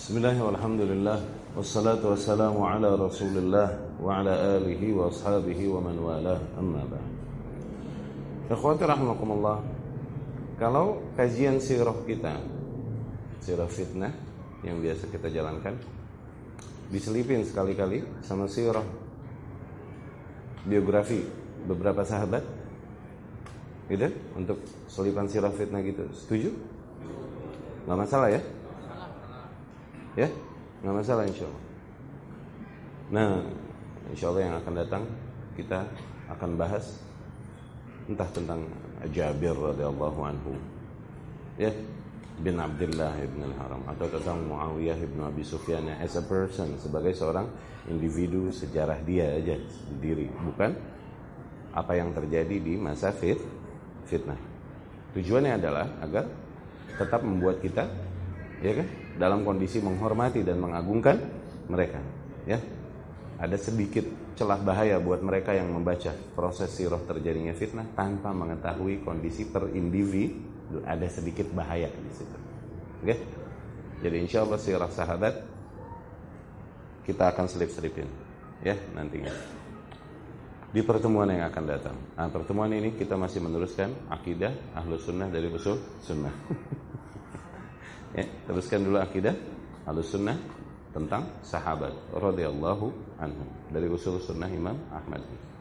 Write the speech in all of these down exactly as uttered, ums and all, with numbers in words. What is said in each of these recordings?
Bismillah walhamdulillah wassalatu wassalamu ala rasulillah wa ala alihi wa ashabihi wa man walah amma ba'd. Ikhwati rahimakumullah, kalau kajian sirah kita, sirah fitnah yang biasa kita jalankan, diselipin sekali-kali sama sirah biografi beberapa sahabat gitu, untuk selipan sirah fitnah gitu, setuju? Nggak masalah ya? Ya, nggak masalah insya Allah. Nah, insya Allah yang akan datang kita akan bahas entah tentang Jabir radhiyallahu anhu, ya, bin Abdullah ibn al-Haram, atau tentang Muawiyah ibn Abi Sufyan as a person, sebagai seorang individu, sejarah dia aja sendiri, bukan apa yang terjadi di masa fit, fitnah. Tujuannya adalah agar tetap membuat kita, ya kan, dalam kondisi menghormati dan mengagungkan mereka, ya. Ada sedikit celah bahaya buat mereka yang membaca proses sirah terjadinya fitnah tanpa mengetahui kondisi per individu, ada sedikit bahaya di situ. Oke? Jadi insya Allah sirah sahabat kita akan selip-selipin, ya, nantinya di pertemuan yang akan datang. Nah, pertemuan ini kita masih meneruskan akidah Ahlus Sunnah dari usul sunnah. Ya, teruskan dulu akidah Ahlus Sunnah tentang sahabat radhiyallahu anhum dari usul sunnah Imam Ahmad.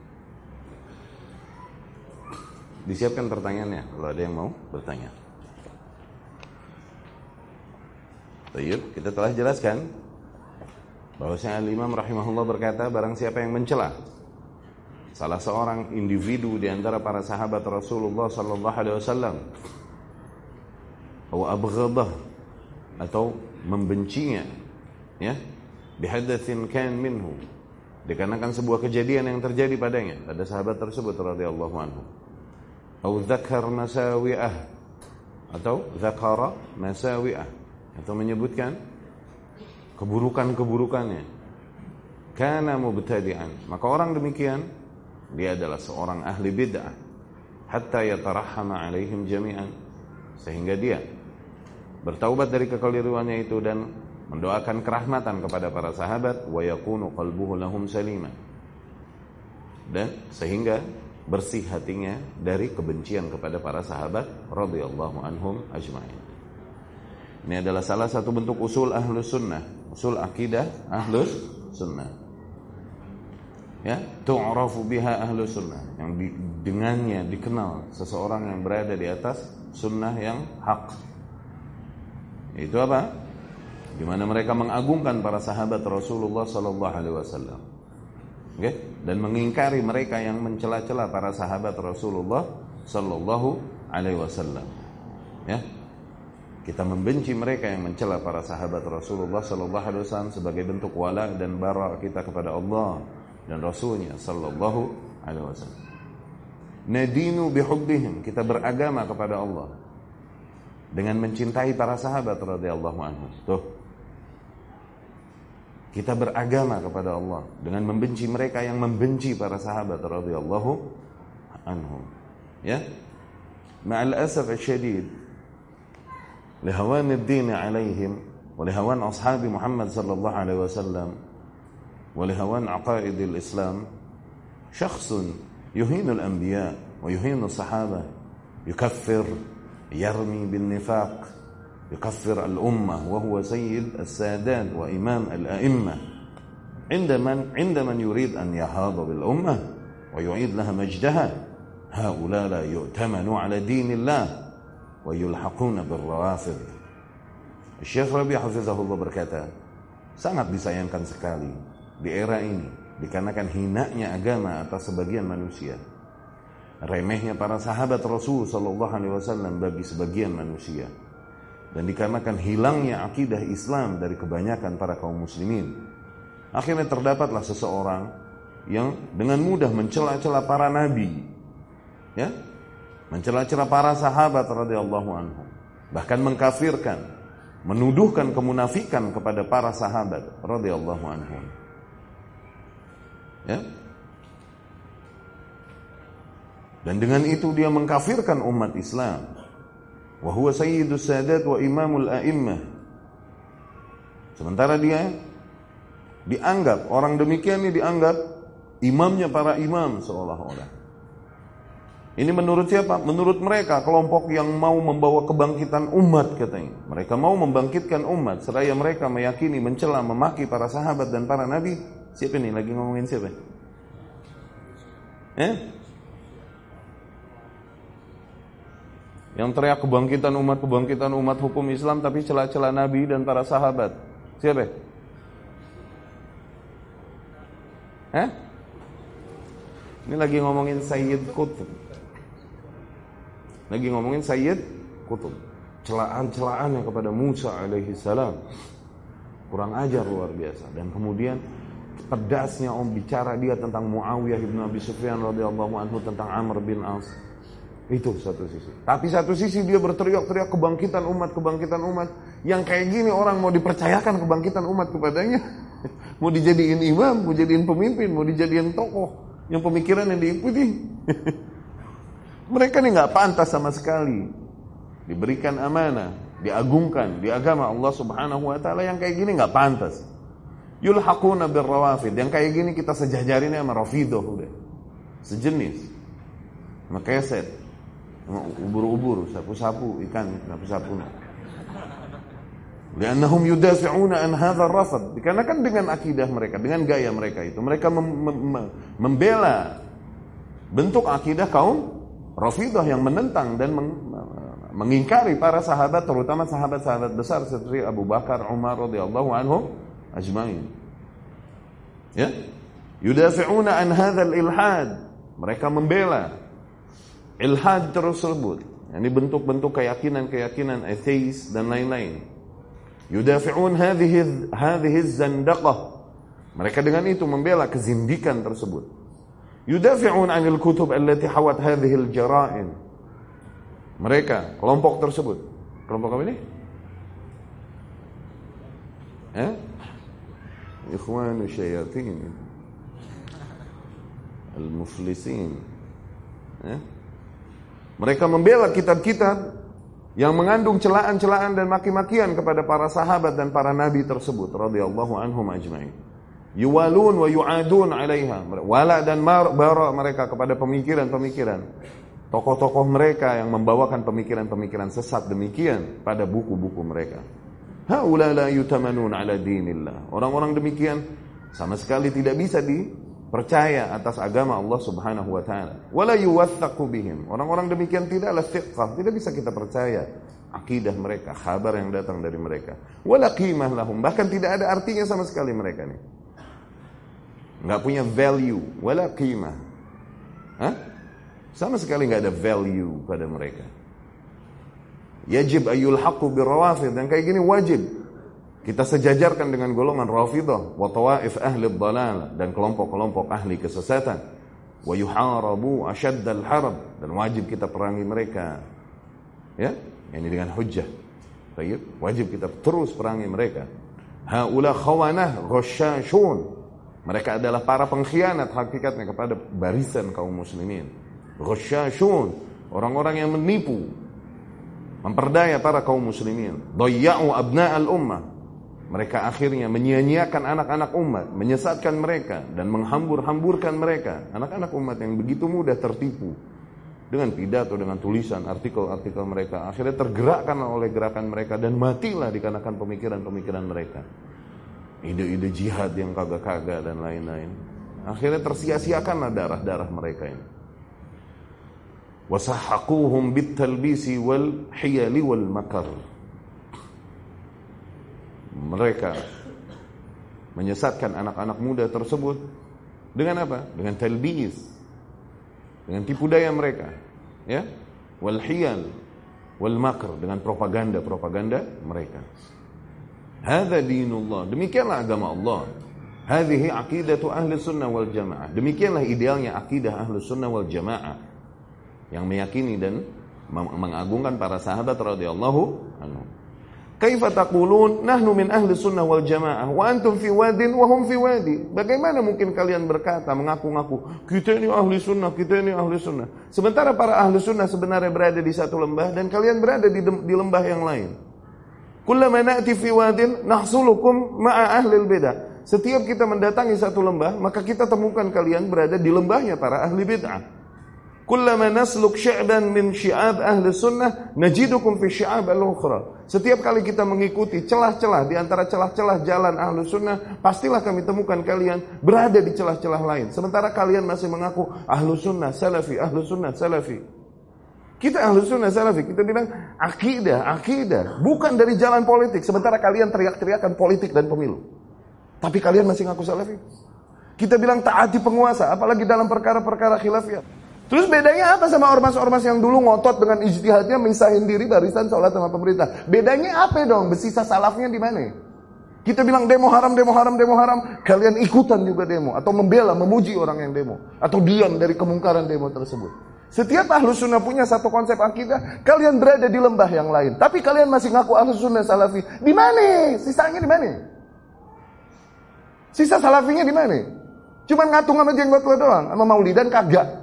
Disiapkan pertanyaannya kalau ada yang mau bertanya. Baik, kita telah jelaskan bahwasanya Imam rahimahullah berkata, barang siapa yang mencela salah seorang individu di antara para sahabat Rasulullah sallallahu alaihi wasallam, atau abghadah, atau membencinya, ya, bihadatsin kan minhu, dikarenakan sebuah kejadian yang terjadi padanya, pada sahabat tersebut radhiyallahu anhu, atau dzakar masawi'ah, atau dzakara masawi'ah, atau menyebutkan keburukan-keburukannya, kana mubtadi'an, maka orang demikian dia adalah seorang ahli bid'ah, hatta yatarahhama alaihim jami'an, sehingga dia bertaubat dari kekeliruannya itu dan mendoakan kerahmatan kepada para sahabat, wa yakunu qalbuhu lahum salima, dan sehingga bersih hatinya dari kebencian kepada para sahabat radhiyallahu anhum ajma'in. Ini adalah salah satu bentuk usul Ahlus Sunnah, usul akidah Ahlus Sunnah, ya, tu'rafu biha Ahlus Sunnah, yang di, dengannya dikenal seseorang yang berada di atas sunnah yang hak. Itu apa? Di mana mereka mengagungkan para sahabat Rasulullah sallallahu alaihi wasallam. Oke? Dan mengingkari mereka yang mencela-cela para sahabat Rasulullah sallallahu alaihi wasallam. Ya. Kita membenci mereka yang mencela para sahabat Rasulullah sallallahu alaihi wasallam sebagai bentuk wala dan bara kita kepada Allah dan Rasulnya sallallahu alaihi wasallam. Nadinu bihubbihim, kita beragama kepada Allah dengan mencintai para sahabat radhiyallahu anhum. Tuh. Kita beragama kepada Allah dengan membenci mereka yang membenci para sahabat radhiyallahu anhum. Ya. Ma'al asaf asyadid, lihawan ad-din 'alaihim wa lihawan ashabi Muhammad sallallahu alaihi wasallam wa lihawan aqaid al-Islam, syakhsun yuhinu al-anbiya wa yuhinu as-sahaba, yukaffir, يرمي بالنفاق، يكفر الأمة وهو سيد السادات وإمام الأئمة، عندما عندما يريد أن يهاض بالأمة ويعيد لها مجدها، هؤلاء لا يؤتمنوا على دين الله ويلحقون بالروافض. Syekh Rabi hafizahullah berkata, sangat disayangkan sekali di era ini dikarenakan hinanya agama atas sebagian manusia, remehnya para sahabat Rasul sallallahu alaihi wasallam bagi sebagian manusia, dan dikarenakan hilangnya akidah Islam dari kebanyakan para kaum muslimin, akhirnya terdapatlah seseorang yang dengan mudah mencela-cela para nabi, ya, mencela-cela para sahabat radhiyallahu anhum, bahkan mengkafirkan, menuduhkan kemunafikan kepada para sahabat radhiyallahu anhum. Ya. Dan dengan itu dia mengkafirkan umat Islam. Wa huwa sayyidus sadat wa imamul a'immah. Sementara dia dianggap, orang demikian ini dianggap imamnya para imam seolah-olah. Ini menurut siapa? Menurut mereka, kelompok yang mau membawa kebangkitan umat katanya. Mereka mau membangkitkan umat, seraya mereka meyakini, mencela, memaki para sahabat dan para nabi. Siapa nih? Lagi ngomongin siapa? Eh? Yang teriak kebangkitan umat, kebangkitan umat hukum Islam, tapi cela-cela nabi dan para sahabat. Siapa? Eh? Ini lagi ngomongin Sayyid Qutb. Lagi ngomongin Sayyid Qutb. Celaan-celaannya kepada Musa alaihi salam. Kurang ajar luar biasa. Dan kemudian pedasnya om bicara dia tentang Muawiyah ibn Abi Sufyan radhiyallahu anhu, tentang Amr bin As. Itu satu sisi. Tapi satu sisi dia berteriak-teriak kebangkitan umat, kebangkitan umat. Yang kayak gini orang mau dipercayakan kebangkitan umat kepadanya. Mau dijadiin imam, mau dijadiin pemimpin, mau dijadiin tokoh yang pemikiran yang diikuti. Mereka ini gak pantas sama sekali diberikan amanah, diagungkan di agama Allah subhanahu wa ta'ala. Yang kayak gini gak pantas. Yulhaquna birrawafid, yang kayak gini kita sejajarin sama Rafidah udah. Sejenis. Sama keset, sama ubur-ubur, sapu-sapu, ikan, sapu-sapu. Li'annahum yudafi'una an hadzal rafad. Dikarenakan dengan akidah mereka, dengan gaya mereka itu, mereka mem- mem- membela bentuk akidah kaum Rafidah yang menentang dan meng- mengingkari para sahabat, terutama sahabat-sahabat besar seperti Abu Bakar, Umar radhiyallahu anhum ajmain. Ya? Yudafi'una an hadzal ilhad. Mereka membela ilhad tersebut. Ini bentuk-bentuk keyakinan-keyakinan ateis dan lain-lain. Yudafi'un hadhihi hadhihi zandaqah. Mereka dengan itu membela kezindikan tersebut. Yudafi'un 'anil kutub allati hawat hadhihi al-jara'im. Mereka, kelompok tersebut. Kelompok apa ini? Eh? Ikhwanu syayatin. Al-muflisin. Eh? Mereka membela kitab-kitab yang mengandung celaan-celaan dan maki-makian kepada para sahabat dan para nabi tersebut radhiyallahu anhum ajma'in. Yuwalun wa yu'adun 'alaiha. Wala dan bara mereka kepada pemikiran-pemikiran tokoh-tokoh mereka yang membawakan pemikiran-pemikiran sesat demikian pada buku-buku mereka. Haula la yutamanun 'ala dinillah. Orang-orang demikian sama sekali tidak bisa dipercaya atas agama Allah Subhanahu wa taala. Wala yuwaththaqu bihim. Orang-orang demikian tidaklah thiqah, tidak bisa kita percaya akidah mereka, kabar yang datang dari mereka. Wala qimah lahum, bahkan tidak ada artinya sama sekali mereka ini. Enggak punya value, wala qimah. Hah? Sama sekali enggak ada value pada mereka. Yajib ayul haqqu birawafid, dan kayak gini wajib kita sejajarkan dengan golongan Rafidah wa tawaif ahli dhalal, dan kelompok-kelompok ahli kesesatan. Wa yuharabu ashaddal harb, dan wajib kita perangi mereka. Ya, ini dengan hujjah. Baik, wajib kita terus perangi mereka. Haula khawanah ghasyashun. Mereka adalah para pengkhianat hakikatnya kepada barisan kaum muslimin. Ghasyashun, orang-orang yang menipu, memperdaya para kaum muslimin. Dhayya'u abna'al ummah. Mereka akhirnya menyia-nyiakan anak-anak umat, menyesatkan mereka dan menghambur-hamburkan mereka. Anak-anak umat yang begitu mudah tertipu dengan pidato, dengan tulisan, artikel-artikel mereka. Akhirnya tergerakkan oleh gerakan mereka dan matilah dikarenakan pemikiran-pemikiran mereka. Ide-ide jihad yang kagak-kagak dan lain-lain. Akhirnya tersia-siakanlah darah-darah mereka ini. Wasahhaquhum bitalbisi wal hiyali wal makar. Mereka menyesatkan anak-anak muda tersebut dengan apa? Dengan talbis, dengan tipu daya mereka, ya, wal hiyal wal makr, dengan propaganda-propaganda mereka. Hadza dinullah, demikianlah agama Allah. Hadhihi aqidatu ahli sunnah wal jamaah, demikianlah idealnya akidah ahli sunnah wal jamaah, yang meyakini dan mengagungkan para sahabat radhiyallahu anhum. Kaifa taqulun nahnu min ahli sunnah wal jamaah wa antum fi wadin wa hum fi wadi? Bagaimana mungkin kalian berkata, mengaku-ngaku kita ini ahli sunnah, kita ini ahli sunnah, sementara para ahli sunnah sebenarnya berada di satu lembah dan kalian berada di, di lembah yang lain. Kullama na'ti fi wadin nahsulukum ma'a ahlil bidah. Setiap kita mendatangi satu lembah, maka kita temukan kalian berada di lembahnya para ahli bid'ah. Kullama nasluk syi'ban min syi'ab ahli sunnah najidukum fi syi'ab al-ukhra. Setiap kali kita mengikuti celah-celah di antara celah-celah jalan ahli sunnah, pastilah kami temukan kalian berada di celah-celah lain. Sementara kalian masih mengaku ahli sunnah salafi, ahli sunnah salafi. Kita ahli sunnah salafi, kita bilang akidah, akidah, bukan dari jalan politik. Sementara kalian teriak-teriakan politik dan pemilu, tapi kalian masih ngaku salafi. Kita bilang taati penguasa, apalagi dalam perkara-perkara khilafiyah. Terus bedanya apa sama ormas-ormas yang dulu ngotot dengan ijtihadnya misahin diri barisan sholat sama pemerintah? Bedanya apa dong? Sisa salafnya di mana? Kita bilang demo haram, demo haram, demo haram. Kalian ikutan juga demo atau membela, memuji orang yang demo atau diam dari kemungkaran demo tersebut. Setiap ahlu sunnah punya satu konsep akidah. Kalian berada di lembah yang lain, tapi kalian masih ngaku ahlu sunnah salafi. Di mana? Sisanya di mana? Sisa salafinya di mana? Cuman ngatung sama jenggot lo doang, sama maulidan kagak.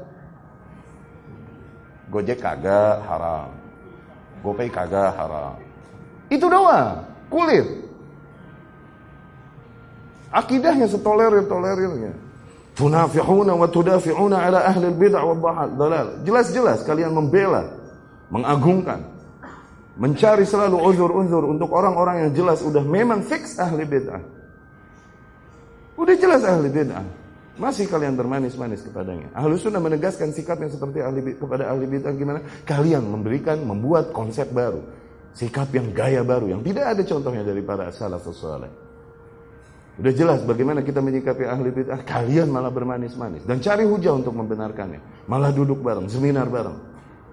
Gojek kagak haram, GoPay kagak haram. Itu doang, kulit. Akidahnya setolerir-tolerirnya. Tunafi'una wa tudafi'una ala ahli bid'ah wa dhalal. Jelas-jelas kalian membela, mengagungkan, mencari selalu uzur-uzur untuk orang-orang yang jelas udah memang fix ahli bid'ah. Udah jelas ahli bid'ah. Masih kalian bermanis-manis kepadanya. Ahlu sunnah menegaskan sikapnya seperti ahli kepada ahli bid'ah gimana? Kalian memberikan, membuat konsep baru, sikap yang gaya baru yang tidak ada contohnya dari para salafus saleh. Udah jelas bagaimana kita menyikapi ahli bid'ah. Kalian malah bermanis-manis dan cari hujah untuk membenarkannya. Malah duduk bareng, seminar bareng.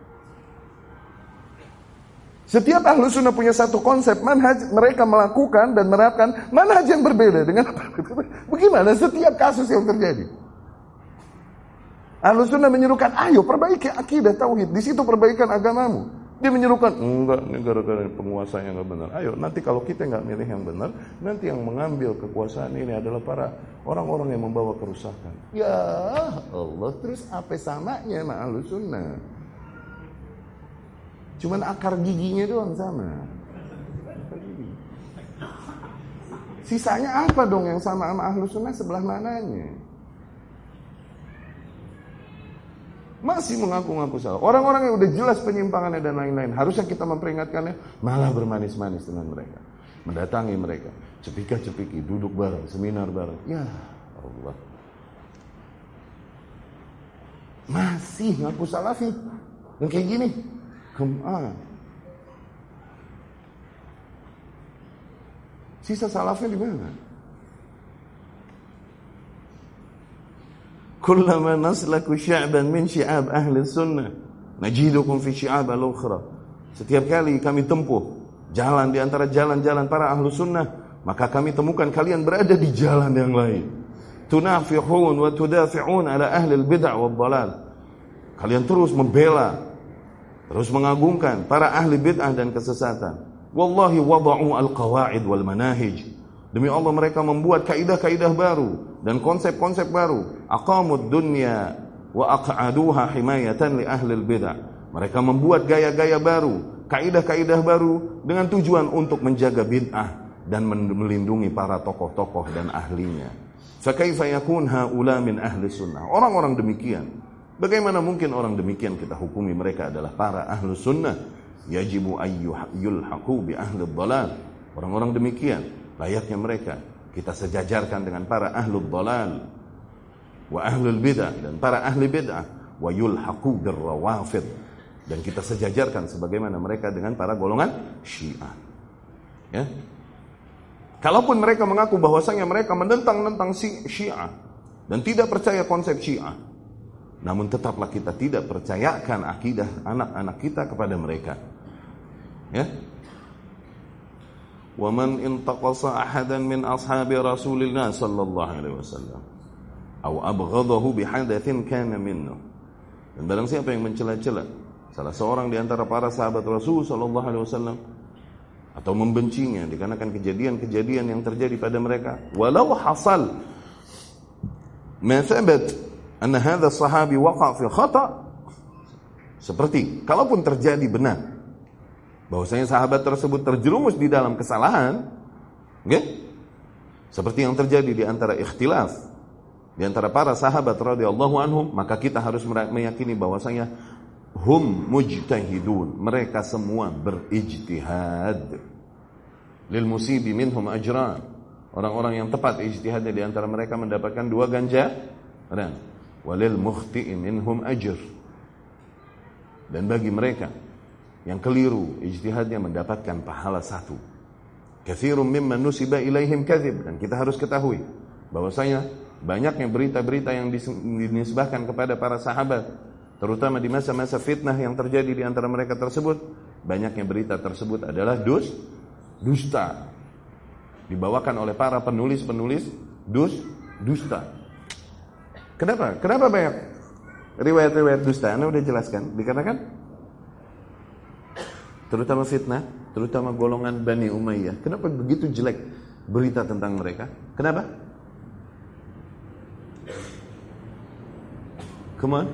Setiap ahlu sunnah punya satu konsep manhaj, mereka melakukan dan menerapkan manhaj yang berbeda dengan bagaimana setiap kasus yang terjadi. Ahlu sunnah menyerukan, ayo perbaiki akidah tauhid, di situ perbaikan agamamu. Dia menyerukan, enggak, ini gara-gara penguasa yang enggak benar. Ayo, nanti kalau kita enggak milih yang benar, nanti yang mengambil kekuasaan ini adalah para orang-orang yang membawa kerusakan. Ya Allah, terus apa samanya sama ahlu sunnah? Cuman akar giginya doang sama. Sisanya apa dong yang sama sama ahlu sunnah sebelah mananya? Masih mengaku-ngaku salah. Orang-orang yang udah jelas penyimpangannya dan lain-lain, harusnya kita memperingatkannya, malah bermanis-manis dengan mereka. Mendatangi mereka, cepika-cepiki, duduk bareng, seminar bareng. Ya Allah. Masih ngaku salafi. Yang kayak gini. Ah. Sisa salafnya di mana? Kullama naslaku sya'ban min syi'ab ahli sunnah najidukum fi syi'ab al-ukhra. Setiap kali kami tempuh jalan di antara jalan-jalan para ahli sunnah, maka kami temukan kalian berada di jalan yang lain. Tunafi'un wa tudafi'un ala ahli al-bid'ah wa dhalal. Kalian terus membela, terus mengagungkan para ahli bid'ah dan kesesatan. Wallahi wada'u al-qawaid wal manahij. Demi Allah mereka membuat kaidah-kaidah baru dan konsep-konsep baru. Aqamud dunya wa aq'aduha himayatan li ahli bid'ah. Mereka membuat gaya-gaya baru, kaidah-kaidah baru dengan tujuan untuk menjaga bid'ah dan melindungi para tokoh-tokoh dan ahlinya. Fa kaifa yakun haula min ahli sunnah? Orang-orang demikian, bagaimana mungkin orang demikian kita hukumi mereka adalah para ahlu sunnah? Yajibu ayyulhaqu bi ahli dhalal. Orang-orang demikian, layaknya mereka kita sejajarkan dengan para ahlu dhalal wa ahlul bid'ah, dan para ahli bid'ah, wa yulhaqu bir rawafid, dan kita sejajarkan sebagaimana mereka dengan para golongan Syiah. Ya. Kalaupun mereka mengaku bahwasanya mereka menentang-nentang Syiah dan tidak percaya konsep Syiah, namun tetaplah kita tidak percayakan akidah anak-anak kita kepada mereka. Ya. Wa man intaqasa ahadan min ashabi Rasulillah sallallahu alaihi wasallam aw abghadahu bihadatsin kana minhu. Dan barang siapa yang mencela-cela salah seorang di antara para sahabat Rasul sallallahu alaihi wasallam atau membencinya dikarenakan kejadian-kejadian yang terjadi pada mereka, walau hasal ma thabat anna hadha sahabi waqa fi khata, seperti kalaupun terjadi benar bahwasanya sahabat tersebut terjerumus di dalam kesalahan, okay? Seperti yang terjadi di antara ikhtilaf di antara para sahabat radhiyallahu anhum, maka kita harus meyakini bahwasanya hum mujtahidun, mereka semua berijtihad. Lil musibi minhum ajran, orang-orang yang tepat ijtihadnya di antara mereka mendapatkan dua ganjaran. Walil mukhti'i minhum ajr, dan bagi mereka yang keliru ijtihadnya mendapatkan pahala satu. Katsirun mimman nusiba ilaihim kadzib, dan kita harus ketahui bahwasanya banyaknya berita-berita yang dinisbahkan kepada para sahabat, terutama di masa-masa fitnah yang terjadi di antara mereka tersebut, banyaknya berita tersebut adalah dus, dusta, dibawakan oleh para penulis-penulis dus, dusta. Kenapa? Kenapa banyak riwayat-riwayat dusta? Anda sudah jelaskan, dikarenakan terutama fitnah, terutama golongan Bani Umayyah. Kenapa begitu jelek berita tentang mereka? Kenapa? Come on.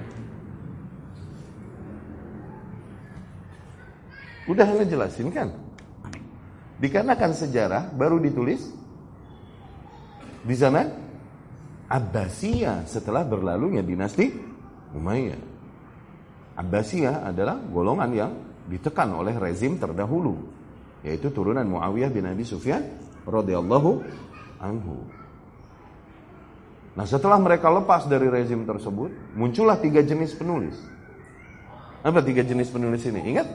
Udah Anda jelasin kan? Dikarenakan sejarah baru ditulis di zaman Abbasiyah setelah berlalunya dinasti Umayyah. Abbasiyah adalah golongan yang ditekan oleh rezim terdahulu, yaitu turunan Muawiyah bin Abi Sufyan radhiyallahu anhu. Nah, setelah mereka lepas dari rezim tersebut, muncullah tiga jenis penulis. Apa tiga jenis penulis ini? Ingat?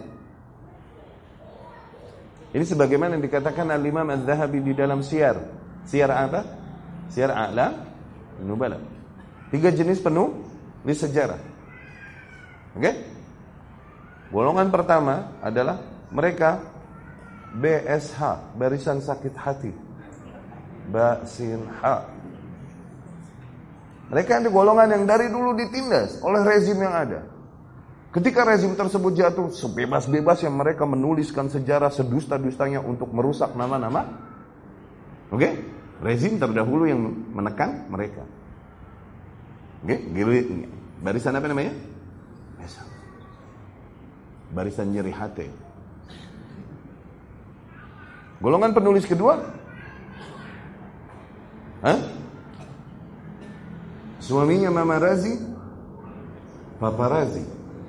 Ini sebagaimana yang dikatakan Al-Imam Az-Zahabi di dalam Syiar. Syiar apa? Syiar A'lam Nubala. Tiga jenis penulis sejarah. Oke? Okay? Golongan pertama adalah mereka B S H, barisan sakit hati. Basin H. Mereka ada golongan yang dari dulu ditindas oleh rezim yang ada. Ketika rezim tersebut jatuh, sebebas-bebas yang mereka menuliskan sejarah sedusta-dustanya untuk merusak nama-nama. Oke? Okay? Rezim terdahulu yang menekan mereka. Oke? Okay? Barisan apa namanya? Barisan nyeri hati. Golongan penulis kedua, Hah? Suaminya Mama Razi, Papa Razi.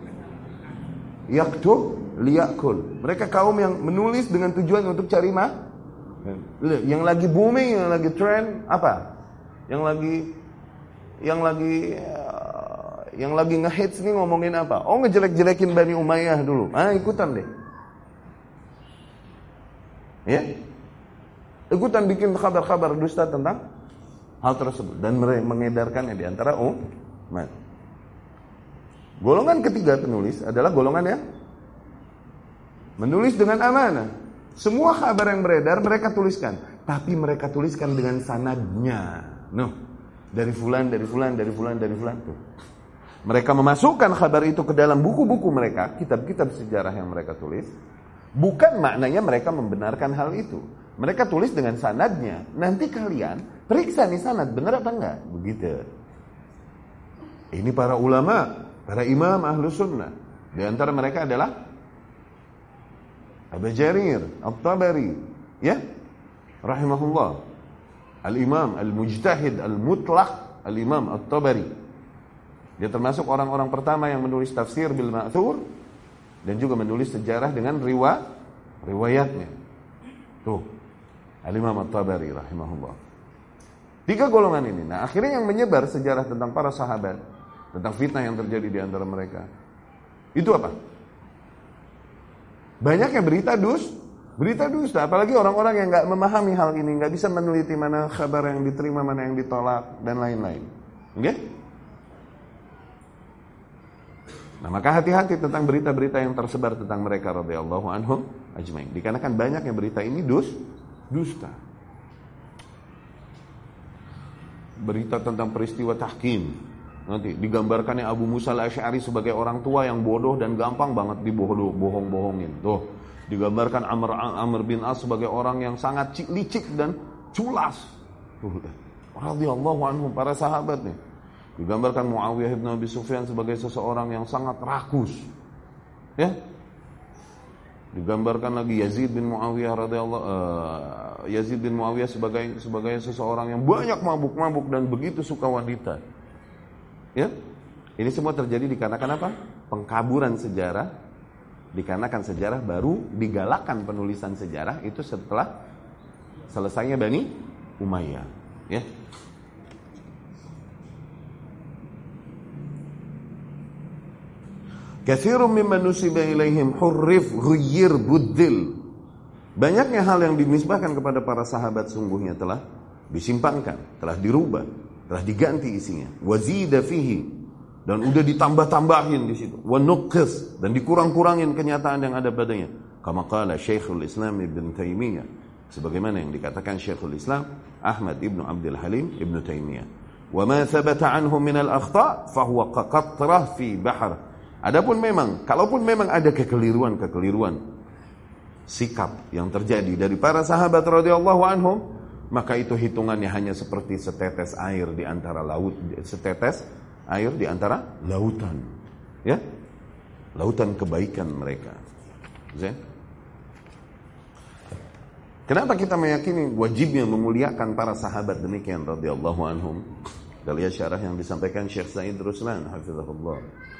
Yaktub liyakul. Mereka kaum yang menulis dengan tujuan untuk cari mah. Yang lagi booming, yang lagi trend apa? Yang lagi yang lagi yang lagi nge-hits nih ngomongin apa? Oh, ngejelek-jelekin Bani Umayyah dulu. Ah, ikutan deh. Ya? Ikutan bikin kabar-kabar dusta tentang hal tersebut dan mengedarkannya di antara umat. Golongan ketiga penulis adalah golongan yang menulis dengan amanah. Semua kabar yang beredar mereka tuliskan, tapi mereka tuliskan dengan sanadnya. Noh, dari fulan, dari fulan, dari fulan, dari fulan tuh. Mereka memasukkan kabar itu ke dalam buku-buku mereka, kitab-kitab sejarah yang mereka tulis. Bukan maknanya mereka membenarkan hal itu. Mereka tulis dengan sanadnya. Nanti kalian periksa nih sanad benar apa enggak. Begitu. Ini para ulama, para imam ahlus sunnah. Di antara mereka adalah Abu Jarir At-Tabari, ya, rahimahullah. Al-Imam Al-Mujtahid Al-Mutlaq Al-Imam At-Tabari. Dia termasuk orang-orang pertama yang menulis tafsir bil ma'thur dan juga menulis sejarah dengan riwa riwayatnya. Tuh, Al-Imam At-Tabari rahimahullah. Tiga golongan ini. Nah, akhirnya yang menyebar sejarah tentang para sahabat, tentang fitnah yang terjadi di antara mereka. Itu apa? Banyaknya berita dus, berita dusta. Apalagi orang-orang yang nggak memahami hal ini, nggak bisa meneliti mana kabar yang diterima, mana yang ditolak, dan lain-lain. Oke? Okay? Nah, maka hati-hati tentang berita-berita yang tersebar tentang mereka radhiyallahu anhum ajmain. Dikarenakan banyaknya berita ini dus, dusta. Berita tentang peristiwa tahkim. Nanti digambarkannya Abu Musa al-Asy'ari sebagai orang tua yang bodoh dan gampang banget dibohong-bohongin. Tuh, digambarkan Amr Amr bin As sebagai orang yang sangat licik dan culas. Tuh, radhiyallahu anhum para sahabat nih. Digambarkan Muawiyah bin Abi Sufyan sebagai seseorang yang sangat rakus. Ya. Digambarkan lagi Yazid bin Muawiyah radhiyallahu uh, Yazid bin Muawiyah sebagai sebagai seseorang yang banyak mabuk-mabuk dan begitu suka wanita. Ya. Ini semua terjadi dikarenakan apa? Pengkaburan sejarah. Dikarenakan sejarah baru digalakkan penulisan sejarah itu setelah selesainya Bani Umayyah, ya. Katsirun mimman nusiba ilaihim hurrif ghayyir buddil. Banyaknya hal yang dinisbahkan kepada para sahabat sungguhnya telah disimpangkan, telah dirubah, telah diganti isinya. Wazida fihi, dan udah ditambah-tambahin di situ. Wa nuqis, dan dikurang-kurangin kenyataan yang ada padanya. Kama qala Syekhul Islam Ibn Taimiyah, sebagaimana yang dikatakan Syekhul Islam Ahmad Ibn Abdul Halim Ibn Taimiyah. Wa ma thabata anhum min al-akhta' fa huwa qaqatrah fi bahr. Adapun memang, kalaupun memang ada kekeliruan-kekeliruan sikap yang terjadi dari para sahabat radhiyallahu anhum, maka itu hitungannya hanya seperti setetes air di antara laut, setetes air di antara lautan, ya, lautan kebaikan mereka. Zin? Kenapa kita meyakini wajibnya memuliakan para sahabat demikian radhiyallahu anhum? Kita lihat syarah yang disampaikan Syekh Said Ruslan hafizahullah.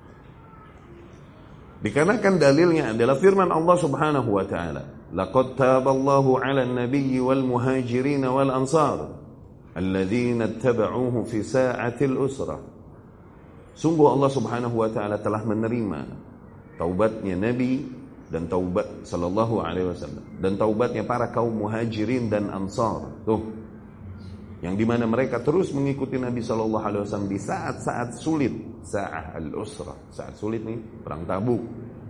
Dikarenakan dalilnya adalah firman Allah Subhanahu wa taala, laqad taballahu 'alan nabiyyi wal muhajirin wal ansar alladzina ittaba'uuhu fi sa'atil usrah. Sungguh Allah Subhanahu wa taala telah menerima taubatnya Nabi dan taubat sallallahu alaihi wasallam dan taubatnya para kaum muhajirin dan ansar. Tuh, yang dimana mereka terus mengikuti Nabi sallallahu alaihi wasallam di saat-saat sulit, sa'ah al-usrah, saat sulit nih, perang Tabuk.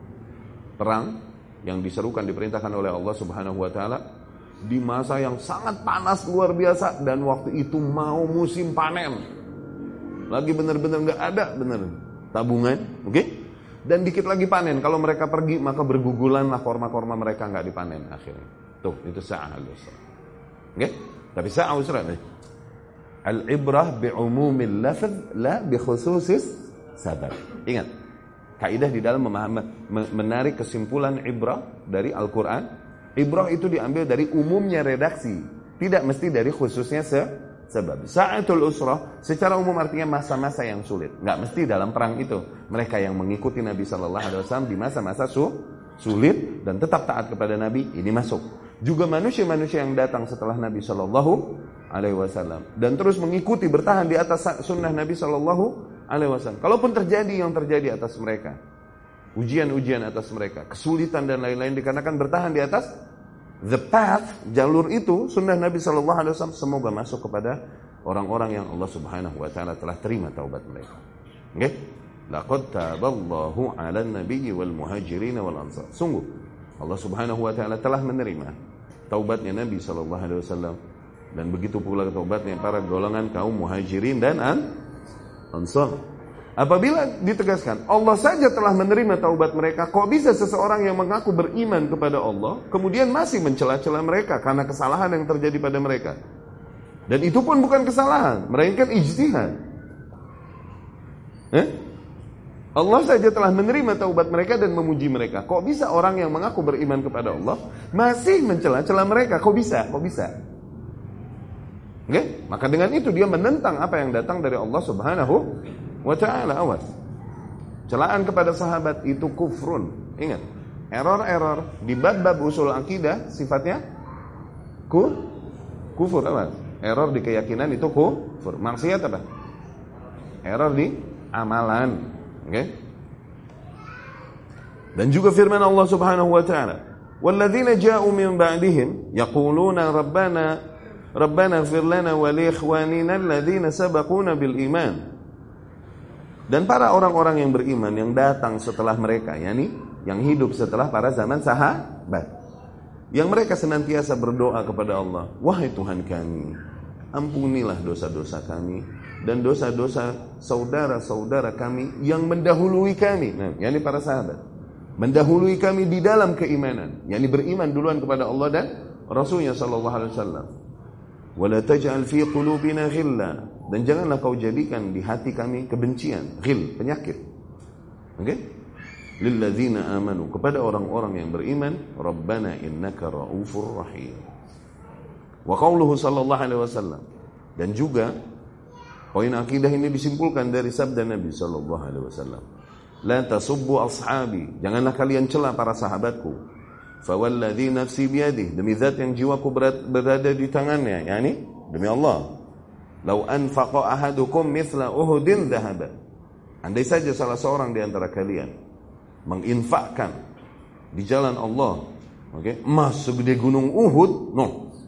Perang yang diserukan diperintahkan oleh Allah Subhanahu wa taala di masa yang sangat panas luar biasa dan waktu itu mau musim panen. Lagi benar-benar enggak ada benar tabungan, oke? Okay? Dan dikit lagi panen. Kalau mereka pergi maka bergugulanlah korma-korma mereka enggak dipanen akhirnya. Tuh, itu sa'ah al-usrah. Oke? Okay? Tapi sa'ah usrah nih. Al-ibrah bi'umumil lafz la bi khususis sabab. Ingat, kaidah di dalam memahami menarik kesimpulan ibrah dari Al-Qur'an. Ibrah itu diambil dari umumnya redaksi, tidak mesti dari khususnya se sebab. Sa'atul usrah secara umum artinya masa-masa yang sulit. Enggak mesti dalam perang itu. Mereka yang mengikuti Nabi sallallahu alaihi wasallam di masa-masa su sulit dan tetap taat kepada Nabi, ini masuk. Juga manusia-manusia yang datang setelah Nabi sallallahu alaihi wasallam dan terus mengikuti bertahan di atas sunnah Nabi sallallahu alaihi wasallam. Kalaupun terjadi yang terjadi atas mereka, ujian-ujian atas mereka, kesulitan dan lain-lain dikarenakan bertahan di atas the path, jalur itu, sunnah Nabi sallallahu alaihi wasallam, semoga masuk kepada orang-orang yang Allah Subhanahu wa taala telah terima taubat mereka. Oke? Okay? Laqad taballahu 'alan nabiyyi wal muhajirin wal ansar. Sungguh Allah Subhanahu wa taala telah menerima taubatnya Nabi sallallahu alaihi wasallam dan begitu pula taubatnya para golongan kaum muhajirin dan ansar. Apabila ditegaskan Allah saja telah menerima taubat mereka, kok bisa seseorang yang mengaku beriman kepada Allah kemudian masih mencela-cela mereka karena kesalahan yang terjadi pada mereka? Dan itu pun bukan kesalahan, melainkan ijtihad. Eh? Allah saja telah menerima taubat mereka dan memuji mereka. Kok bisa orang yang mengaku beriman kepada Allah masih mencela-cela mereka? Kok bisa? Kok bisa? Okay? Maka dengan itu dia menentang apa yang datang dari Allah Subhanahu wa ta'ala. Awas, celaan kepada sahabat itu kufrun. Ingat, error-error di bab-bab usul akidah sifatnya ku, kufur. Awas, error di keyakinan itu kufur. Maksiat apa? Error di amalan. Oke? Okay? Dan juga firman Allah Subhanahu wa ta'ala, walladzina ja'u min ba'dihim yaquluna rabbana Rabbana ighfir lana wa li ikhwanina alladhina sabaquna bil iman. Dan para orang-orang yang beriman yang datang setelah mereka, yakni yang hidup setelah para zaman sahabat, yang mereka senantiasa berdoa kepada Allah, wahai Tuhan kami, ampunilah dosa-dosa kami dan dosa-dosa saudara-saudara kami yang mendahului kami. Nah, yakni para sahabat mendahului kami di dalam keimanan, yakni beriman duluan kepada Allah dan Rasulnya sallallahu alaihi wasallam. Wala taj'al fi qulubina ghilla, dan janganlah kau jadikan di hati kami kebencian, ghil, penyakit. Oke? Okay? lilladzina amanu, kepada orang-orang yang beriman, Rabbana innaka raufur rahim. Wa qauluhu sallallahu alaihi wasallam, dan juga poin akidah ini disimpulkan dari sabda Nabi sallallahu alaihi wasallam, la tasubbu ashabi, janganlah kalian cela para sahabatku, fawalladzi nafsi biyadihi, demi zat yang jiwaku berada di tangannya, yakni demi Allah, lau anfaqa ahadukum mithla uhudin dhahaba, andai saja salah seorang di antara kalian menginfakkan di jalan Allah, oke, okay, emas segede gunung Uhud, no,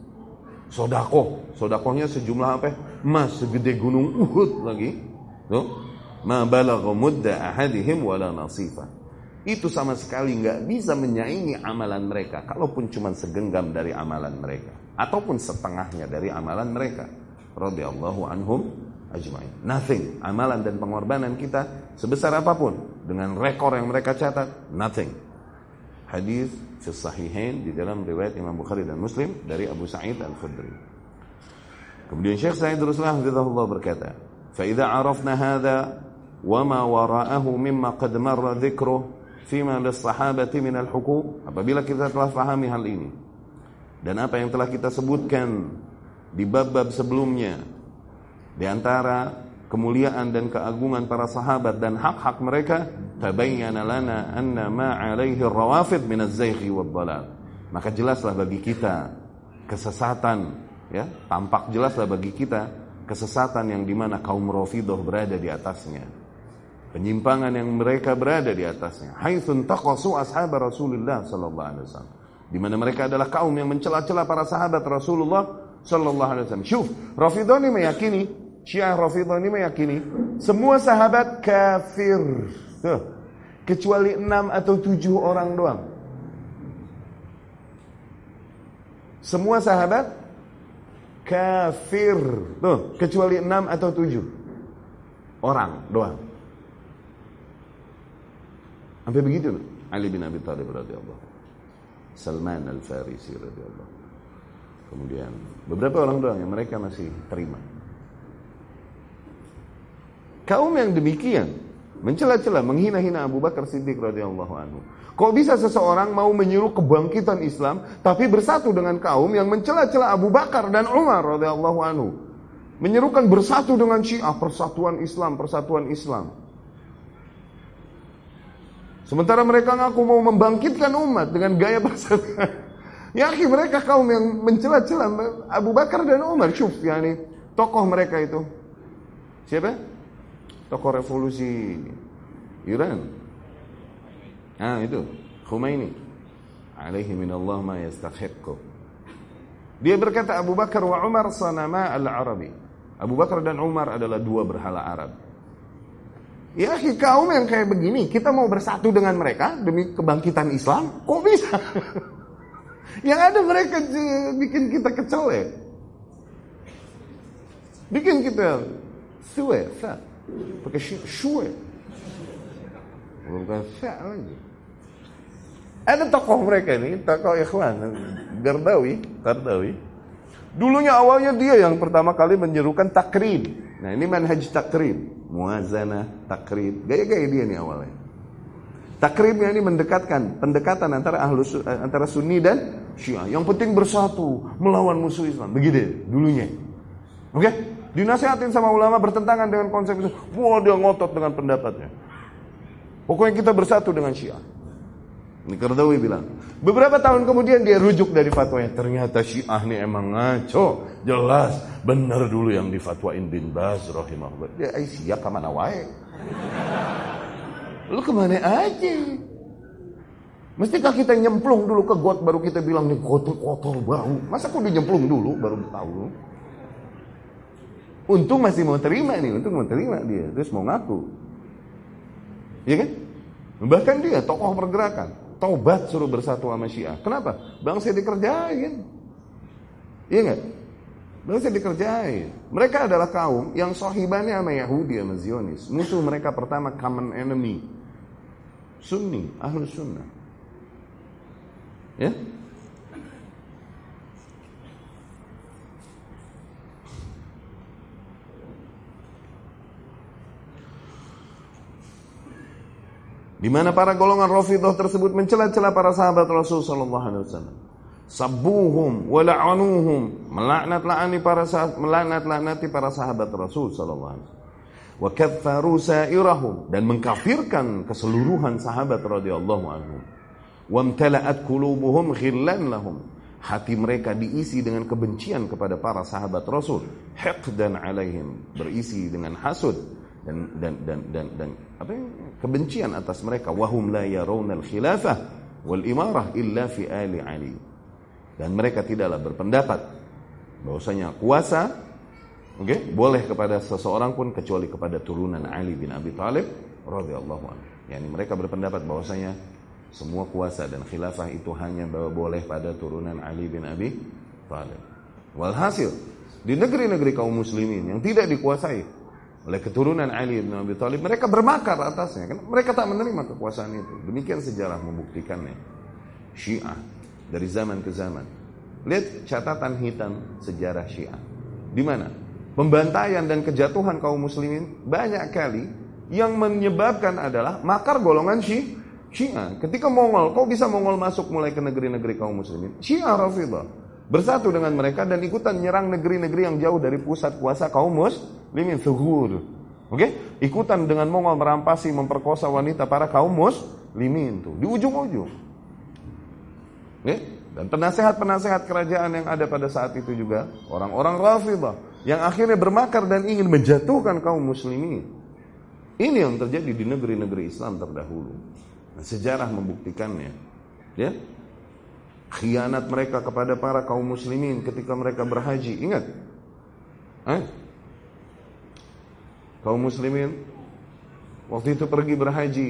sodakoh, sodakohnya sejumlah apa? Emas segede gunung Uhud lagi, no, ma balagha mudda ahadihim wala nasifa. Itu sama sekali nggak bisa menyaingi amalan mereka, kalaupun cuma segenggam dari amalan mereka, ataupun setengahnya dari amalan mereka. Radhiyallahu anhum ajma'in. Nothing. Amalan dan pengorbanan kita sebesar apapun, dengan rekor yang mereka catat, nothing. Hadis fi sahihain, di dalam riwayat Imam Bukhari dan Muslim dari Abu Sa'id Al-Khudri. Kemudian Syekh Sa'id Ruslan hafizahullah berkata, fa idza arafna hadza wa ma wara'ahu mimma qad marra dzikruhu fima lis-sahabati min al-huquq, apabila kita telah fahami hal ini dan apa yang telah kita sebutkan di bab-bab sebelumnya, di antara kemuliaan dan keagungan para sahabat dan hak-hak mereka, tabayyana lana anna ma 'alaihi ar-rawafid min az-zayghi wad-dhalal, maka jelaslah bagi kita kesesatan, ya, tampak jelaslah bagi kita kesesatan yang dimana kaum Rafidhah berada di atasnya, penyimpangan yang mereka berada di atasnya, haitsun taqasu ashab Rasulullah sallallahu alaihi wasallam, di mana mereka adalah kaum yang mencela-cela para sahabat Rasulullah sallallahu alaihi wasallam. Syuf, Rafidhah ini meyakini, Syiah Rafidhah ini meyakini semua sahabat kafir, tuh, kecuali enam atau tujuh orang doang. Semua sahabat kafir, tuh, kecuali enam atau tujuh orang doang. Sampai begitu, Ali bin Abi Thalib radhiyallahu, Salman Al-Farisi radhiyallahu. Kemudian beberapa orang doang yang mereka masih terima. Kaum yang demikian mencela-cela, menghina-hina Abu Bakar Siddiq radhiyallahu anhu. Kok bisa seseorang mau menyuruh kebangkitan Islam tapi bersatu dengan kaum yang mencela-cela Abu Bakar dan Umar radhiyallahu anhu? Menyerukan bersatu dengan Syiah, persatuan Islam, persatuan Islam. Sementara mereka ngaku mau membangkitkan umat dengan gaya persatuan. Ya akhi, mereka kaum yang mencela-cela Abu Bakar dan Umar. Syuf, yani tokoh mereka itu siapa? Tokoh revolusi Iran. Ah, itu Khomeini. Alaihi minallah ma yastahiqqu. Dia berkata Abu Bakar wa Umar sanama al-Arabi. Abu Bakar dan Umar adalah dua berhala Arab. Ya akhi, kaum yang kayak begini kita mau bersatu dengan mereka demi kebangkitan Islam? Kok bisa? Yang ada mereka bikin kita kecelek, bikin kita suwe, sa, pakai suwe, bukan sa lagi. Ada tokoh mereka ini, tokoh Ikhwan, Gardawi, Gardawi. Dulunya awalnya dia yang pertama kali menyerukan takrib. Nah ini manhaj takrib, muazanah, takrib, gaya-gaya dia nih awalnya. Takribnya ini mendekatkan, pendekatan antara ahlus, antara Sunni dan Syiah. Yang penting bersatu melawan musuh Islam. Begitu dulunya. Oke? Okay? Dinasihatin sama ulama bertentangan dengan konsep itu. Wah, dia ngotot dengan pendapatnya. Pokoknya kita bersatu dengan Syiah. Ini Qardawi bilang. Beberapa tahun kemudian dia rujuk dari fatwanya. Ternyata Syiah ini emang ngaco. Jelas benar dulu yang difatwain bin Baz rahimahullah. Dia Aisyah kemana wae? Lu kemana aja? Mestikah kita nyemplung dulu ke got baru kita bilang nih kotor-kotor bau? Masa kok dinyemplung dulu baru tahu? Untung masih mau terima nih, untung mau terima dia, terus mau ngaku. Iya kan? Bahkan dia tokoh pergerakan, taubat suruh bersatu sama Syiah. Kenapa? Bangsa dikerjain. Iya enggak? Bangsa dikerjain. Mereka adalah kaum yang sahibannya sama Yahudi sama Zionis. Musuh mereka pertama common enemy. Sunni, Ahlus Sunnah. Ya? di mana para golongan Rafidhah tersebut mencela-cela para sahabat Rasul sallallahu alaihi wasallam. Sabbuhum wa la'anuhum, melaknat-laknati para sahabat, melaknat-laknati para sahabat Rasul sallallahu alaihi wasallam. Wa kaffaru sa'irahum, dan mengkafirkan keseluruhan sahabat radhiyallahu anhum. Wa amtala'at qulubuhum ghillan lahum, hati mereka diisi dengan kebencian kepada para sahabat Rasul, hiqdan alaihim, berisi dengan hasud dan dan dan dan, dan apa yang, kebencian atas mereka. Wahum la yarawna al-khilafah wal imarah illa fi ali Ali, dan mereka tidaklah berpendapat bahwasanya kuasa, oke, okay, boleh kepada seseorang pun kecuali kepada turunan Ali bin Abi Thalib radhiyallahu anhu. Yani mereka berpendapat bahwasanya semua kuasa dan khilafah itu hanya boleh pada turunan Ali bin Abi Thalib. Walhasil, di negeri-negeri kaum muslimin yang tidak dikuasai oleh keturunan Ali bin Abi Thalib, mereka bermakar atasnya. Mereka tak menerima kekuasaan itu. Demikian sejarah membuktikannya. Syiah dari zaman ke zaman. Lihat catatan hitam sejarah Syiah. Di mana pembantaian dan kejatuhan kaum muslimin banyak kali yang menyebabkan adalah makar golongan Syiah. Syiah. Ketika Mongol, kok bisa Mongol masuk mulai ke negeri-negeri kaum muslimin? Syiah Rafidhah bersatu dengan mereka dan ikutan menyerang negeri-negeri yang jauh dari pusat kuasa kaum muslimin. Thughur. Oke? Okay? Ikutan dengan Mongol merampasi, memperkosa wanita para kaum muslimin tuh di ujung-ujung. Oke? Okay? Dan penasehat-penasehat kerajaan yang ada pada saat itu juga orang-orang Rafidhah yang akhirnya bermakar dan ingin menjatuhkan kaum muslimin. Ini yang terjadi di negeri-negeri Islam terdahulu. Nah, sejarah membuktikannya. Ya. Khianat mereka kepada para kaum muslimin ketika mereka berhaji. Ingat. Eh? Kaum muslimin waktu itu pergi berhaji.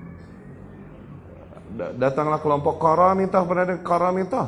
Datanglah kelompok Qaramitah, pernah ada Qaramitah?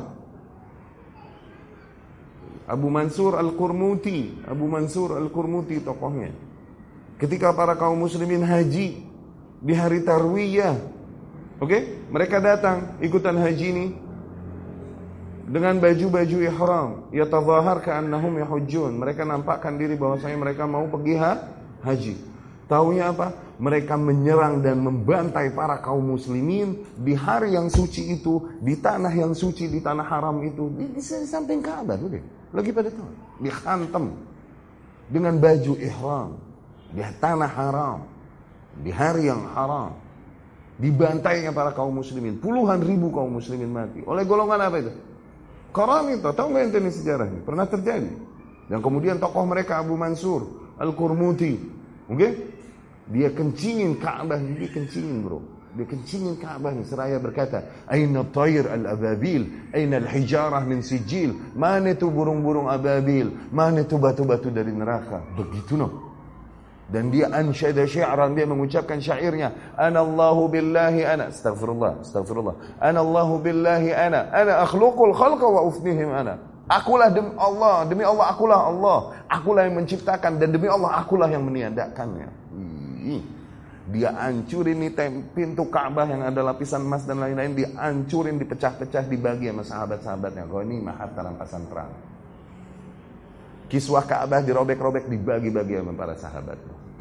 Abu Mansur Al-Qurmuti, Abu Mansur Al-Qurmuti tokohnya. Ketika para kaum muslimin haji di hari Tarwiyah, oke, okay? Mereka datang ikutan haji ini dengan baju-baju ihram, yatadhahar ka'annahum yahujjun. Mereka nampakkan diri bahwasanya mereka mau pergi ha? haji. Taunya apa? Mereka menyerang dan membantai para kaum muslimin di hari yang suci itu, di tanah yang suci, di tanah haram itu, di, di, di samping Ka'bah, udah. Lagi pada tahu, dihantam dengan baju ihram di tanah haram, di hari yang haram. Dibantainya para kaum muslimin, puluhan ribu kaum muslimin mati. Oleh golongan apa itu? Qaramitah. Tahu nggak ente ini sejarahnya? Pernah terjadi. Dan kemudian tokoh mereka Abu Mansur Al-Qurmuti, oke? Okay? Dia kencingin Ka'bah, dia kencingin bro. Dia kencingin Ka'bah seraya berkata, "Aina tayr al-ababil, aina al-hijarah min sijil." Mana itu burung-burung ababil? Mana itu batu-batu dari neraka? Begitu no. Dan dia ansyada syi'ran, dia mengucapkan syairnya, "Ana Allahu billahi ana." Astaghfirullah, astaghfirullah. "Ana Allahu billahi ana, ana akhluqul khalqa wa ufnihim ana." Akulah demi Allah, demi Allah akulah Allah. Akulah yang menciptakan dan demi Allah akulah yang meniadakannya. Dia hancurin nih pintu Ka'bah yang ada lapisan emas dan lain-lain, dia hancurin, dipecah-pecah, dibagi sama sahabat-sahabatnya. Ghanimah hatta rampasan perang. Kiswah Ka'bah dirobek-robek, dibagi-bagi sama para sahabat.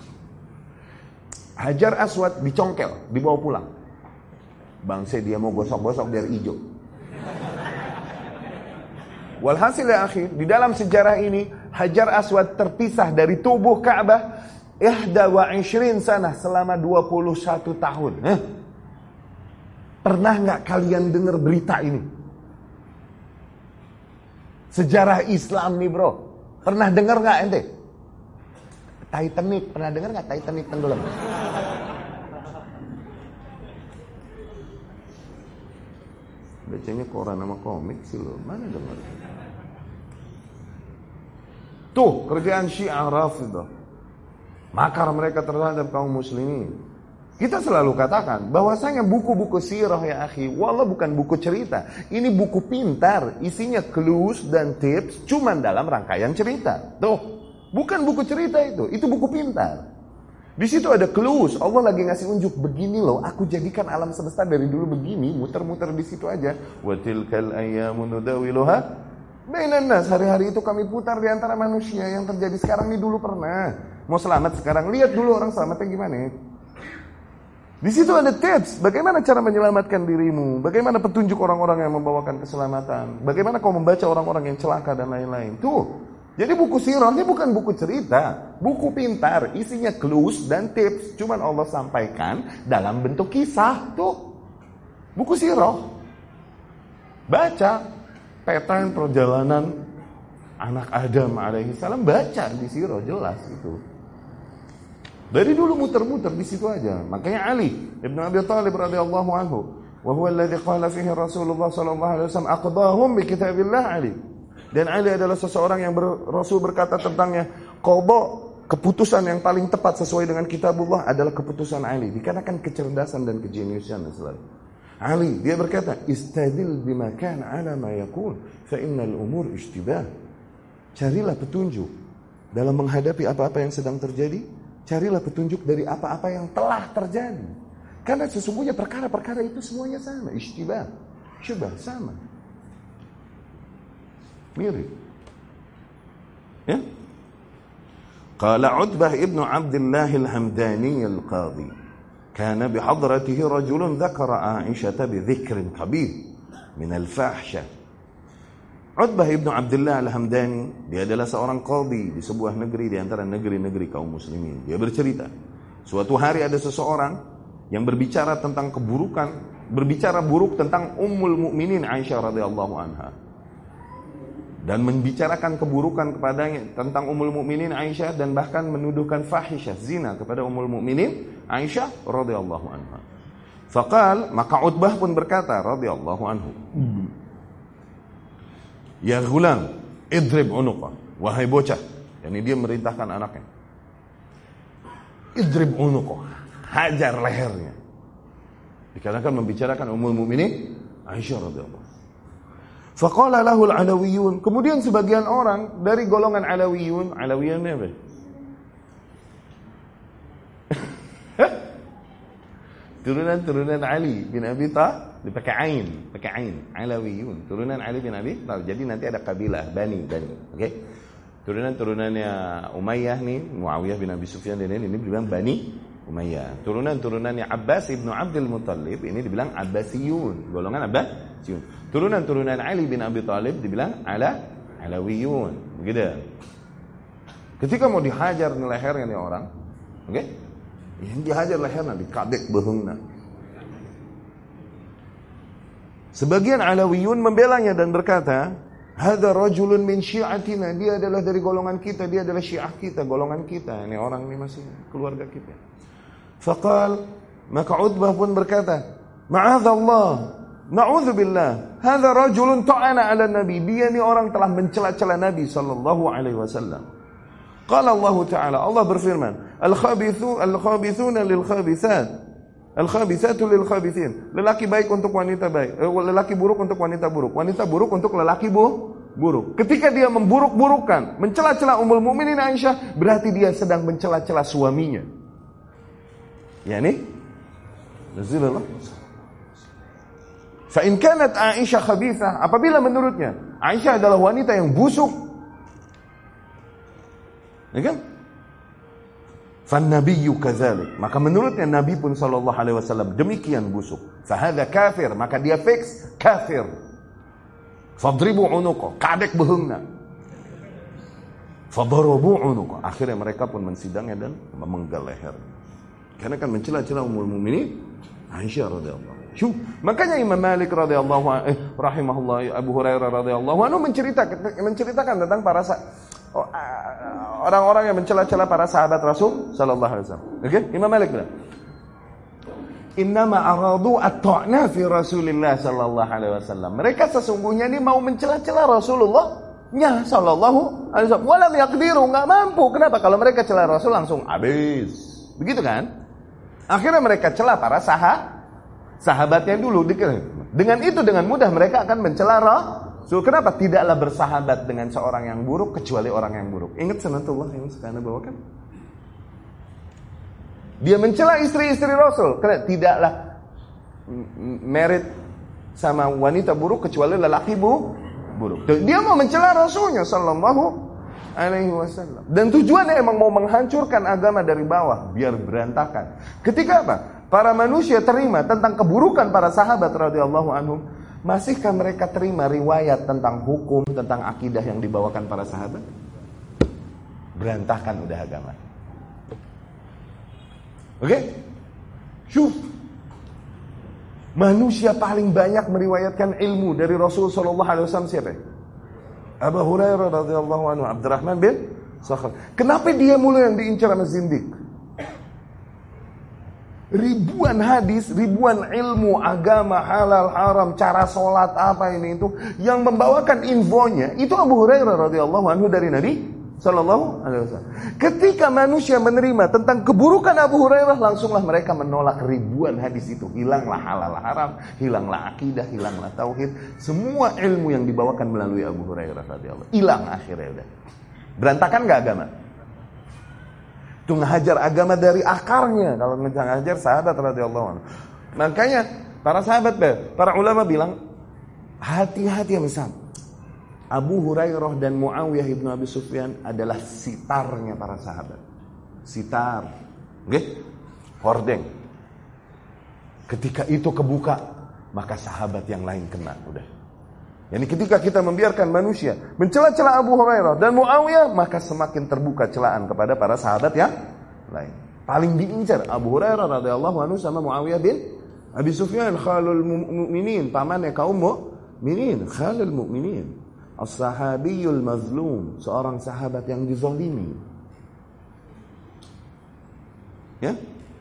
Hajar Aswad dicongkel, dibawa pulang. Bangsa dia mau gosok-gosok biar hijau. Walhasil ya akhi, di dalam sejarah ini Hajar Aswad terpisah dari tubuh Ka'bah ihda wa ishrin sanah, selama dua puluh satu tahun. Eh? Pernah nggak kalian dengar berita ini? Sejarah Islam nih bro. Pernah dengar nggak ente? Titanic, pernah dengar nggak Titanic tenggelam? Bacanya koran sama komik sih lo, mana dengar? Tuh kerjaan Syiah Rafidhah. Makar mereka terhadap kaum muslimin. Kita selalu katakan bahwasanya buku-buku sirah ya akhi, wallah bukan buku cerita. Ini buku pintar, isinya clues dan tips cuman dalam rangkaian cerita. Tuh, bukan buku cerita itu, itu buku pintar. Di situ ada clues, Allah lagi ngasih unjuk, begini loh, aku jadikan alam semesta dari dulu begini, muter-muter di situ aja. Wa tilkal ayyamu nudawiluha bainan nas, hari-hari itu kami putar di antara manusia. Yang terjadi sekarang ini dulu pernah. Mau selamat sekarang, lihat dulu orang selamatnya gimana. Di situ ada tips, bagaimana cara menyelamatkan dirimu, bagaimana petunjuk orang-orang yang membawakan keselamatan, bagaimana kau membaca orang-orang yang celaka dan lain-lain. Tuh, jadi buku sirah ini bukan buku cerita, buku pintar, isinya clues dan tips. Cuman Allah sampaikan dalam bentuk kisah. Tuh, buku sirah. Baca peta perjalanan anak Adam alaihi salam, baca di sirah, jelas itu. Dari dulu muter-muter di situ aja. Makanya Ali Ibn Abi Thalib radhiyallahu anhu, wa huwa alladhi qala fihi Rasulullah sallallahu alaihi wasallam aqdahum bi kitabillah Ali. Dan Ali adalah seseorang yang ber, Rasul berkata tentangnya, qada, keputusan yang paling tepat sesuai dengan kitabullah adalah keputusan Ali. Dikarenakan kecerdasan dan kejeniusan dan selalu. Ali dia berkata, istadil bima kana ala ma yakun fa innal umur ishtibah. Carilah petunjuk dalam menghadapi apa-apa yang sedang terjadi. Carilah petunjuk dari apa-apa yang telah terjadi. Karena sesungguhnya perkara-perkara itu semuanya sama. Ishtibah, syubah, sama. Mirip. Ya? Qala Utbah ibnu Abdullah al-Hamdani al-Qadhi. Kana bihadratihi rajulun dhakara Aisyah bidhikrin qabih min al-fahsha. Utbah ibnu Abdullah al-Hamdani, dia adalah seorang qadhi di sebuah negeri di antara negeri-negeri kaum muslimin. Dia bercerita, suatu hari ada seseorang yang berbicara tentang keburukan, berbicara buruk tentang Ummul Mukminin Aisyah radhiyallahu anha. Dan membicarakan keburukan kepadanya tentang Ummul Mukminin Aisyah dan bahkan menuduhkan fahisyah, zina kepada Ummul Mukminin Aisyah radhiyallahu anha. Faqal, maka Utbah pun berkata radhiyallahu anhu, ya ghulam, idrib unuqa. Wahai bocah. Yani dia merintahkan anaknya. Idrib unuqa. Hajar lehernya. Dikarenakan membicarakan Ummul Mukminin Aisyah radhiyallahu anha. Faqala lahu al-alawiyun. Kemudian sebagian orang dari golongan alawiyun, alawiyun apa? Turunan-turunan Ali bin Abi Thalib. Dipakai ain, pakai ain, alawiyun, turunan Ali bin Abi Thalib. Jadi nanti ada kabilah Bani, Bani, oke? Okay? Turunan-turunannya Umayyah nih, Muawiyah bin Abi Sufyan dan ini, ini dibilang Bani Umayyah. Turunan-turunannya Abbas ibnu Abdul Muttalib ini dibilang Abbasiyun, golongan Abbasiyun. Turunan-turunan Ali bin Abi Thalib dibilang ala alawiyun, begitu. Ketika mau dihajar nih lehernya nih orang, oke? Okay? Yang dihajar lehernya dikadek behungna. Sebagian alawiyun membelanya dan berkata, hadza rajulun min syi'atina, dia adalah dari golongan kita, dia adalah syiah kita, golongan kita. Ini orang ini masih keluarga kita. Faqal, maka Utbah pun berkata, ma'adzallah, na'udzubillah, hadza rajulun ta'ana 'ala nabi, dia ini orang telah mencela-cela Nabi sallallahu alaihi wasallam. Qala Allah Ta'ala, Allah berfirman, al-khabithu al-khabithuna lil-khabithat. Al-khabithatu lil-khabithin. Lelaki baik untuk wanita baik, lelaki buruk untuk wanita buruk, wanita buruk untuk lelaki bu buruk. Ketika dia memburuk-burukkan, mencela-cela Ummul Mukminin Aisyah, berarti dia sedang mencela-cela suaminya. Yani Rasulullah. Fa in kanat Aisyah khabithah, apabila menurutnya Aisyah adalah wanita yang busuk, ya kan? Fannabiyyu kadzalik, maka menurutnya Nabi pun sallallahu alaihi wasallam demikian busuk. Fahadza kafir, maka dia fix kafir. Fadribu unuqa, kadek behungna. Fadarabu unuqa, akhirnya mereka pun mensidangnya dan memenggal lehernya. Karena kan mencela-cela Ummul Mukminin Aisyah radhiyallahu anha. Syuh, makanya Imam Malik radhiyallahu anhu, eh, rahimahullah, Abu Hurairah radhiyallahu anhu menceritakan menceritakan tentang para orang-orang yang mencela-cela para sahabat Rasul sallallahu alaihi wasallam. Oke, okay? Imam Malik bilang, "Innama aradu at-ta'na fi Rasulillah sallallahu alaihi wasallam." Mereka sesungguhnya ini mau mencela-cela Rasulullah-nya sallallahu alaihi wasallam. Walam yaqdiru, enggak mampu. Kenapa? Kalau mereka cela Rasul langsung habis. Begitu kan? Akhirnya mereka cela para sahabat sahabatnya dulu. Dengan itu dengan mudah mereka akan mencela Rasul. So, kenapa tidaklah bersahabat dengan seorang yang buruk kecuali orang yang buruk? Ingat sunatullah yang sekarang bawakan. Dia mencela istri-istri Rasul. Karena tidaklah married sama wanita buruk kecuali lelaki bu, buruk. Dia mau mencela Rasulnya sallallahu alaihi wasallam. Dan tujuannya emang mau menghancurkan agama dari bawah biar berantakan. Ketika apa? para manusia terima tentang keburukan para sahabat radhiyallahu anhum, masihkah mereka terima riwayat tentang hukum, tentang akidah yang dibawakan para sahabat? Berantakan udah agama. Oke? Okay? Syuf. Manusia paling banyak meriwayatkan ilmu dari Rasul sallallahu alaihi wasallam siapa? Abu Hurairah radhiyallahu anhu, Abdurrahman bin Sakhar. Kenapa dia mulai yang diincar sama zindik? Ribuan hadis, ribuan ilmu agama, halal, haram, cara sholat, apa ini itu, yang membawakan infonya itu Abu Hurairah radhiyallahu anhu dari Nabi sallallahu alaihi wasallam. Ketika manusia menerima tentang keburukan Abu Hurairah, langsunglah mereka menolak ribuan hadis itu. Hilanglah halal, haram, hilanglah akidah, hilanglah tauhid, semua ilmu yang dibawakan melalui Abu Hurairah radhiyallahu anhu hilang akhirnya udah. Berantakan gak agama? Itu ngehajar agama dari akarnya. Kalau ngehajar sahabat radhiyallahu anhu. Makanya para sahabat, para ulama bilang, hati-hati ya misal. Abu Hurairah dan Muawiyah ibnu Abi Sufyan adalah sitarnya para sahabat. Sitar, oke? Okay? Hordeng. Ketika itu kebuka, maka sahabat yang lain kena, udah. Yani ketika kita membiarkan manusia mencela-cela Abu Hurairah dan Muawiyah, maka semakin terbuka celaan kepada para sahabat yang lain. Paling diincar Abu Hurairah radhiyallahu anhu sama Muawiyah bin Abi Sufyan, khalul mu'minin, pamannya kaum mukminin, khalul mu'minin, as-sahabiyul mazlum, seorang sahabat yang dizalimi. Ya?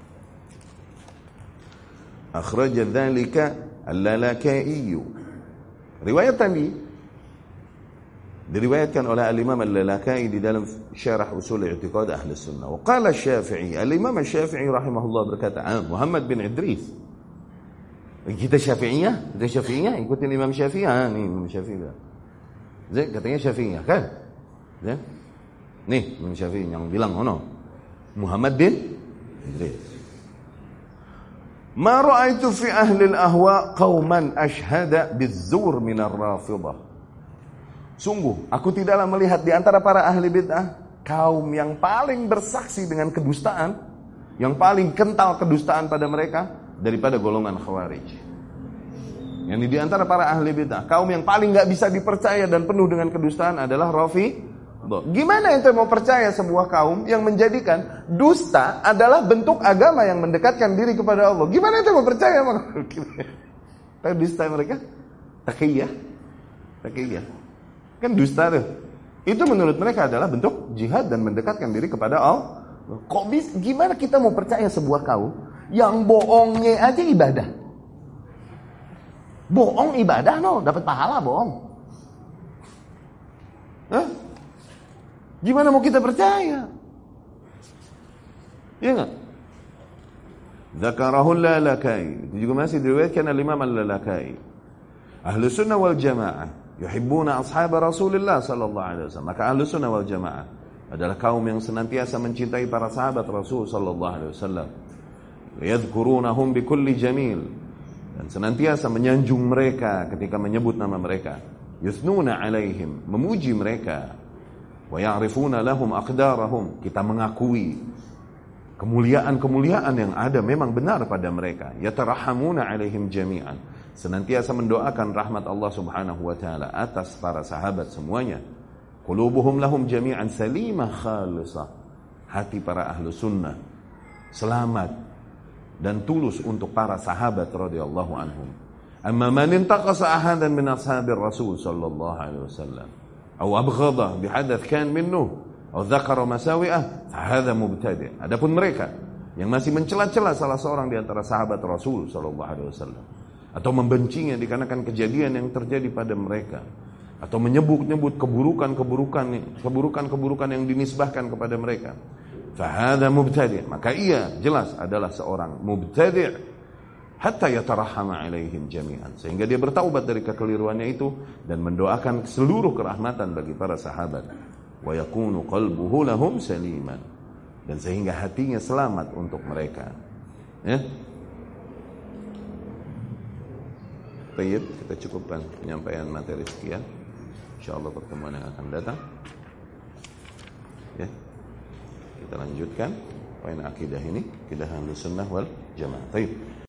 Akhraja dzalika al-Lalaka'i. Riwayat tadi diriwayatkan oleh al-Imam al-Lalaka'i di dalam Syarah Usul I'tiqad Ahli Sunnah. Wa qala Asy-Syafi'i, al-Imam Asy-Syafi'i rahimahullah berkata, ah, Muhammad bin Idris. Kita Syafi'iyah, kita Syafi'iyah, ikutin Imam Syafi'i, ah, nih Imam Syafi'i. Zai katanya Syafi'iyah kan? Zai. Nih Imam Syafi'i yang bilang ono. Muhammad bin Idris. Ma ra'aitu fi ahli al-ahwa qauman ashhada biz-zur min ar-Rafidhah. Sungguh, aku tidaklah melihat di antara para ahli bid'ah kaum yang paling bersaksi dengan kedustaan, yang paling kental kedustaan pada mereka daripada golongan Khawarij. Yang di antara para ahli bid'ah, kaum yang paling enggak bisa dipercaya dan penuh dengan kedustaan adalah Rafidhah. Gimana ente mau percaya sebuah kaum yang menjadikan dusta adalah bentuk agama yang mendekatkan diri kepada Allah? Gimana ente mau percaya? Tapi dusta mereka taqiyah, taqiyah kan dusta tuh. Itu menurut mereka adalah bentuk jihad dan mendekatkan diri kepada Allah. Kok bisa? Gimana kita mau percaya sebuah kaum yang bohongnya aja ibadah? Bohong ibadah no, dapat pahala bohong. Hah? Gimana mau kita percaya? Iya enggak? Dzakarahul Lalaka'i. Itu juga masih diriwayatkan oleh Imam Al-Lalaka'i. Ahlu sunnah wal jamaah yuhibbuna ashab Rasulullah sallallahu alaihi wasallam. Maka ahlu sunnah wal jamaah adalah kaum yang senantiasa mencintai para sahabat Rasul sallallahu alaihi wasallam. Yadhkurunahum bikulli jamil. Dan senantiasa menyanjung mereka ketika menyebut nama mereka. Yuthnuna alaihim, memuji mereka. Wa ya'rifuna lahum aqdarahum, kita mengakui kemuliaan-kemuliaan yang ada memang benar pada mereka. Yatarahamuna alaihim jami'an, senantiasa mendoakan rahmat Allah Subhanahu wa taala atas para sahabat semuanya. Qulubuhum lahum jami'an salimah khalisah, hati para ahlu sunnah selamat dan tulus untuk para sahabat radhiyallahu anhum. Amma man intaqasa ahadan min ashabir Rasul sallallahu alaihi wasallam أو أبغضه بحدث كان منه أو ذكر مساوئه فهذا مبتدع. Adapun mereka yang masih mencela-cela salah seorang di antara sahabat Rasul sallallahu alaihi wasallam atau membencinya dikarenakan kejadian yang terjadi pada mereka atau menyebut-nyebut keburukan-keburukan keburukan-keburukan yang dinisbahkan kepada mereka, fahadha mubtadi', maka ia jelas adalah seorang mubtadi'. Hatta yatarahama alaihim jami'an, sehingga dia bertaubat dari kekeliruannya itu dan mendoakan seluruh kerahmatan bagi para sahabat. Wa yakunu qalbuhu lahum saliman, dan sehingga hatinya selamat untuk mereka. Ya. Baik, kita cukupkan penyampaian materi sekian. Insyaallah pertemuan yang akan datang. Ya. Kita lanjutkan. poin akidah ini, akidah Ahlus Sunnah wal Jamaah. Baik.